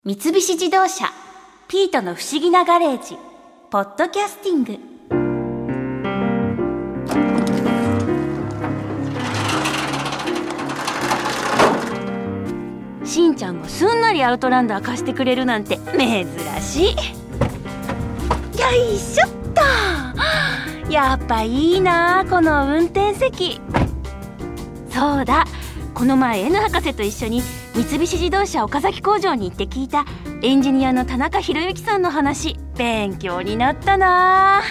三菱自動車ピートの不思議なガレージポッドキャスティング。しんちゃんもすんなりアウトランダー貸してくれるなんて珍しい。よいしょっと。やっぱいいなこの運転席。そうだ、この前 N 博士と一緒に三菱自動車岡崎工場に行って聞いたエンジニアの田中博之さんの話、勉強になったな。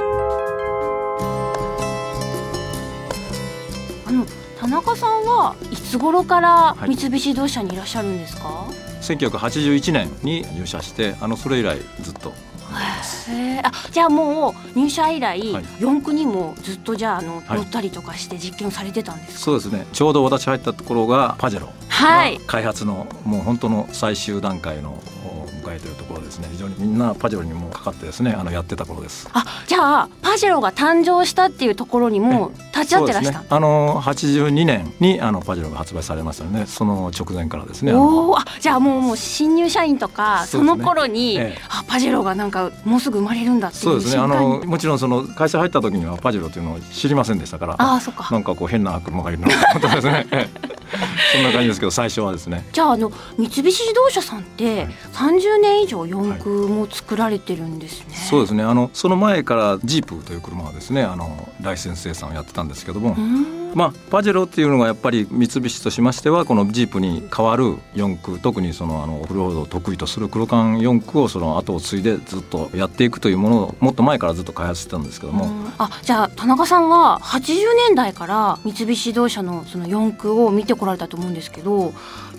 田中さんはいつ頃から三菱自動車にいらっしゃるんですか？ 1981年に入社してそれ以来ずっとじゃあもう入社以来、4区にもずっとじゃあ乗ったりとかして実験をされてたんですか？ そうですね、ちょうど私入ったところがパジェロが開発のもう本当の最終段階の迎えているところですね。非常にみんなパジェロにもかかってですねやってた頃です。 じゃあパジェロが誕生したっていうところにも立ち会ってらした、 82年にパジェロが発売されましたので、その直前からですね。 じゃあもう新入社員とか その頃に、パジェロがなんかもうすぐ生まれるんだっていう。 そうですね、もちろんその会社入った時にはパジェロというのを知りませんでしたから、 そうか、 なんかこう変な車がいるなと思ったですねそんな感じですけど、最初はですね。 じゃあ三菱自動車さんって30年以上四駆も作られてるんですね。 そうですね、その前からジープという車はですねライセンス生産をやってたんですけども、パジェロっていうのがやっぱり三菱としましてはこのジープに代わる四駆、特にそのオフロードを得意とする黒缶四駆をその後を継いでずっとやっていくというものをもっと前からずっと開発してたんですけども、 じゃあ田中さんは80年代から三菱自動車のその四駆を見てこられたと思うんですけど、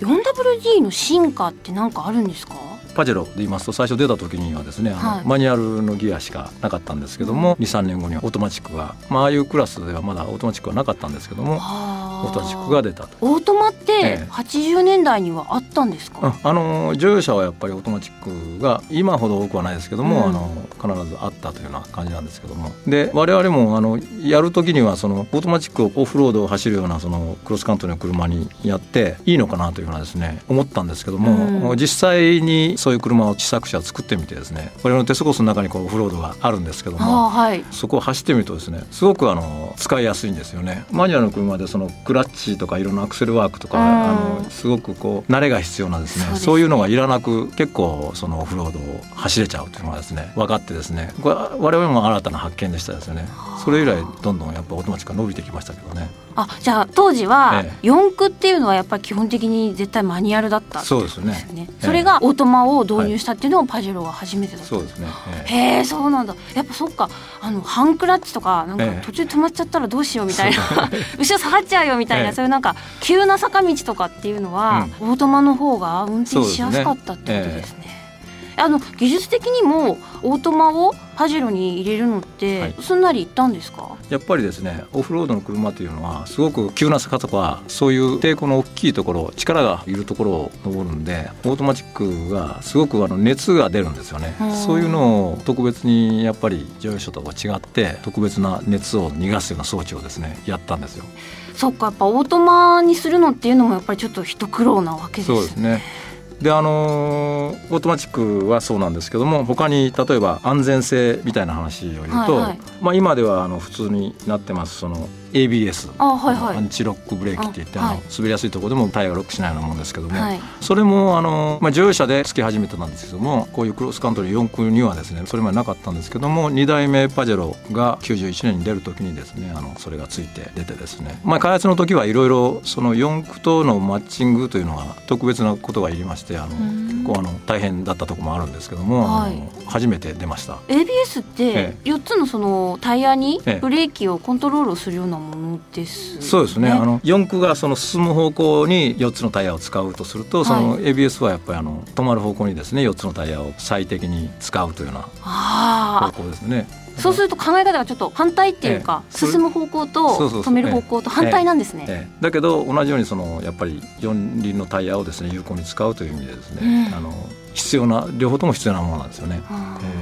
4WD の進化って何かあるんですか？ パジェロで言いますと最初出た時にはですねマニュアルのギアしかなかったんですけども、2,3 年後にはオートマチックが、ああいうクラスではまだオートマチックはなかったんですけども、オートマチックが出たと。 オートマって80年代にはあったんですか？ 乗用車はやっぱりオートマチックが今ほど多くはないですけども、必ずあったというような感じなんですけども、で我々もやる時にはそのオートマチックをオフロードを走るようなそのクロスカントリーの車にやっていいのかなというようなですね思ったんですけども、実際にそういう車を試作車作ってみてですね、我々のテストコースの中にオフロードがあるんですけども、そこを走ってみるとですねすごく使いやすいんですよね。マニュアルの車でそのクラッチとかいろんなアクセルワークとかすごく慣れが必要なですね、そういうのがいらなく結構そのオフロードを走れちゃうというのがですね分かってですね、これ我々も新たな発見でしたですね。それ以来どんどんやっぱオートマチックが伸びてきましたけどね。 じゃあ当時は四駆っていうのはやっぱり基本的に絶対マニュアルだったってことですね。そうですね、それがオートマを導入したっていうのをパジェロが初めてだった。 そうですね。 へー、そうなんだ。やっぱそっか、ハンクラッチとかなんか途中で止まっちゃったらどうしようみたいな後ろ下がっちゃうよみたいな、そういうなんか急な坂道とかっていうのは、オートマの方が運転しやすかったってことですね。技術的にもオートマをパジェロに入れるのってすんなりいったんですか？ やっぱりですねオフロードの車というのはすごく急な坂とかそういう抵抗の大きいところ、力がいるところを登るんで、オートマチックがすごく熱が出るんですよね。そういうのを特別にやっぱり乗用車とは違って特別な熱を逃がすような装置をですねやったんですよ。 そっか、やっぱオートマにするのっていうのもやっぱりちょっと一苦労なわけですね。 そうですね。でオートマチックはそうなんですけども、他に例えば安全性みたいな話を言うと、今では普通になってますその ABS、アンチロックブレーキって言って滑りやすいところでもタイヤがロックしないようなもんですけども、それも乗用車でつけ始めたんですけども、こういうクロスカントリー4駆にはですねそれまでなかったんですけども、2代目パジェロが91年に出る時にですねそれがついて出てですね、開発の時はいろいろその4駆とのマッチングというのは特別なことがいりまして、結構大変だったところもあるんですけども、初めて出ました。 ABS って4つのそのタイヤにブレーキをコントロールするようなものですね。 そうですね。4駆がその進む方向に4つのタイヤを使うとすると、その ABS はやっぱり止まる方向にですね4つのタイヤを最適に使うというような方向ですね。 そうすると考え方がちょっと反対っていうか、進む方向と止める方向と反対なんですね。 だけど同じようにやっぱり4輪のタイヤをですね有効に使うという意味でですね、必要な両方とも必要なものなんですよね。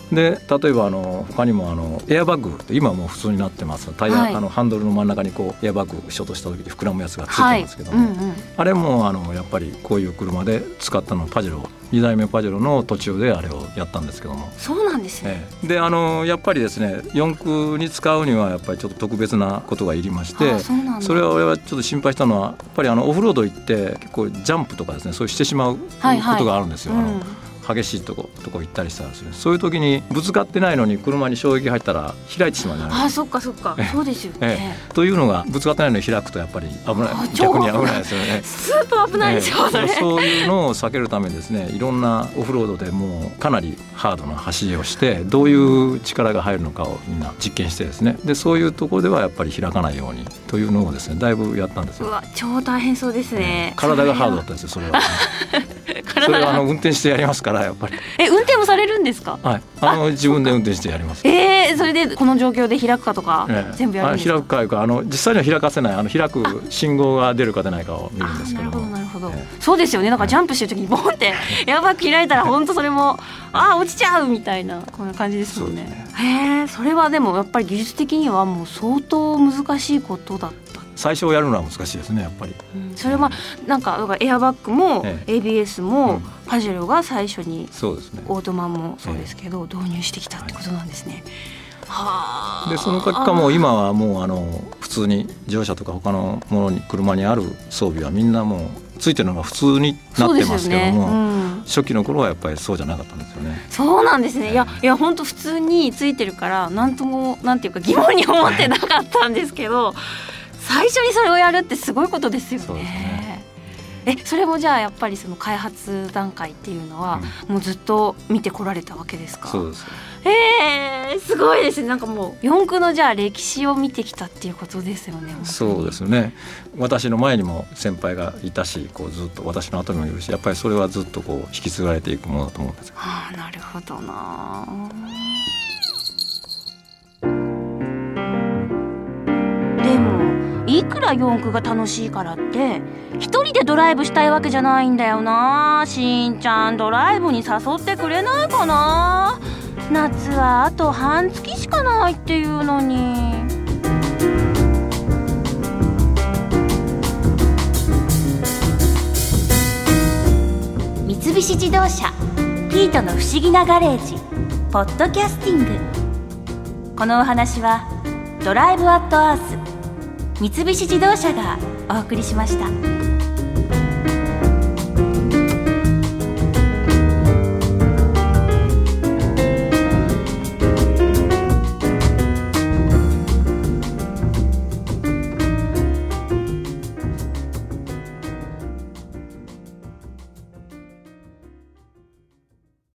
で例えば他にもエアバッグって今もう普通になってますタイヤ、ハンドルの真ん中にこうエアバッグショートした時に膨らむやつがついてますけども、あれもやっぱりこういう車で使ったのパジェロ2代目パジェロの途中であれをやったんですけども。 そうなんですね。 でやっぱりですね四駆に使うにはやっぱりちょっと特別なことがいりまして、それは俺はちょっと心配したのはやっぱりオフロード行って結構ジャンプとかですねそういうしてしまうことがあるんですよ。激しいとこ行ったりしたらですね、そういう時にぶつかってないのに車に衝撃入ったら開いてしまうじゃないですか。 そっかそっか、そうですよね。 というのがぶつかってないのに開くとやっぱり危ない、逆に危ないですよね。 スーパー危ないですよ、それ。 そういうのを避けるためにですね、いろんなオフロードでもうかなりハードな走りをしてどういう力が入るのかをみんな実験してですね、でそういうところではやっぱり開かないようにというのをですねだいぶやったんですよ。 うわ超大変そうですね。 体がハードだったんですよそれは。それは運転してやりますからやっぱり。 運転もされるんですか？ はい、自分で運転してやります。 それでこの状況で開くかとか、全部やるんですか？ 開くかいうか実際には開かせない、開く信号が出るか出ないかを見るんですけども。 なるほど、そうですよね。なんかジャンプしてる時にボンってエアバッグ開いたら本当それも落ちちゃうみたいなこんな感じですもんね。それはでもやっぱり技術的にはもう相当難しいことだった。 最初やるのは難しいですねやっぱり。 それはなんかエアバッグも ABS もパジェロが最初にオートマンもそうですけど導入してきたってことなんですね。 でその結果も今はもう普通に自動車とか他のものに車にある装備はみんなもうついてるのが普通になってますけども、初期の頃はやっぱりそうじゃなかったんですよね。 そうなんですね。いや本当普通についてるからなんともなんていうか疑問に思ってなかったんですけど最初にそれをやるってすごいことですよね。そうですね。それもじゃあやっぱりその開発段階っていうのはもうずっと見てこられたわけですか？ そうです。 すごいですね。なんかもう四駆のじゃあ歴史を見てきたっていうことですよね。 そうですね。私の前にも先輩がいたしこうずっと私の後にもいるし、やっぱりそれはずっとこう引き継がれていくものだと思うんですよ。 なるほどな。でもいくら四駆が楽しいからって一人でドライブしたいわけじゃないんだよな。しんちゃんドライブに誘ってくれないかな。夏はあと半月しかないっていうのに。三菱自動車ピートの不思議なガレージポッドキャスティング。このお話はドライブアットアース三菱自動車がお送りしました。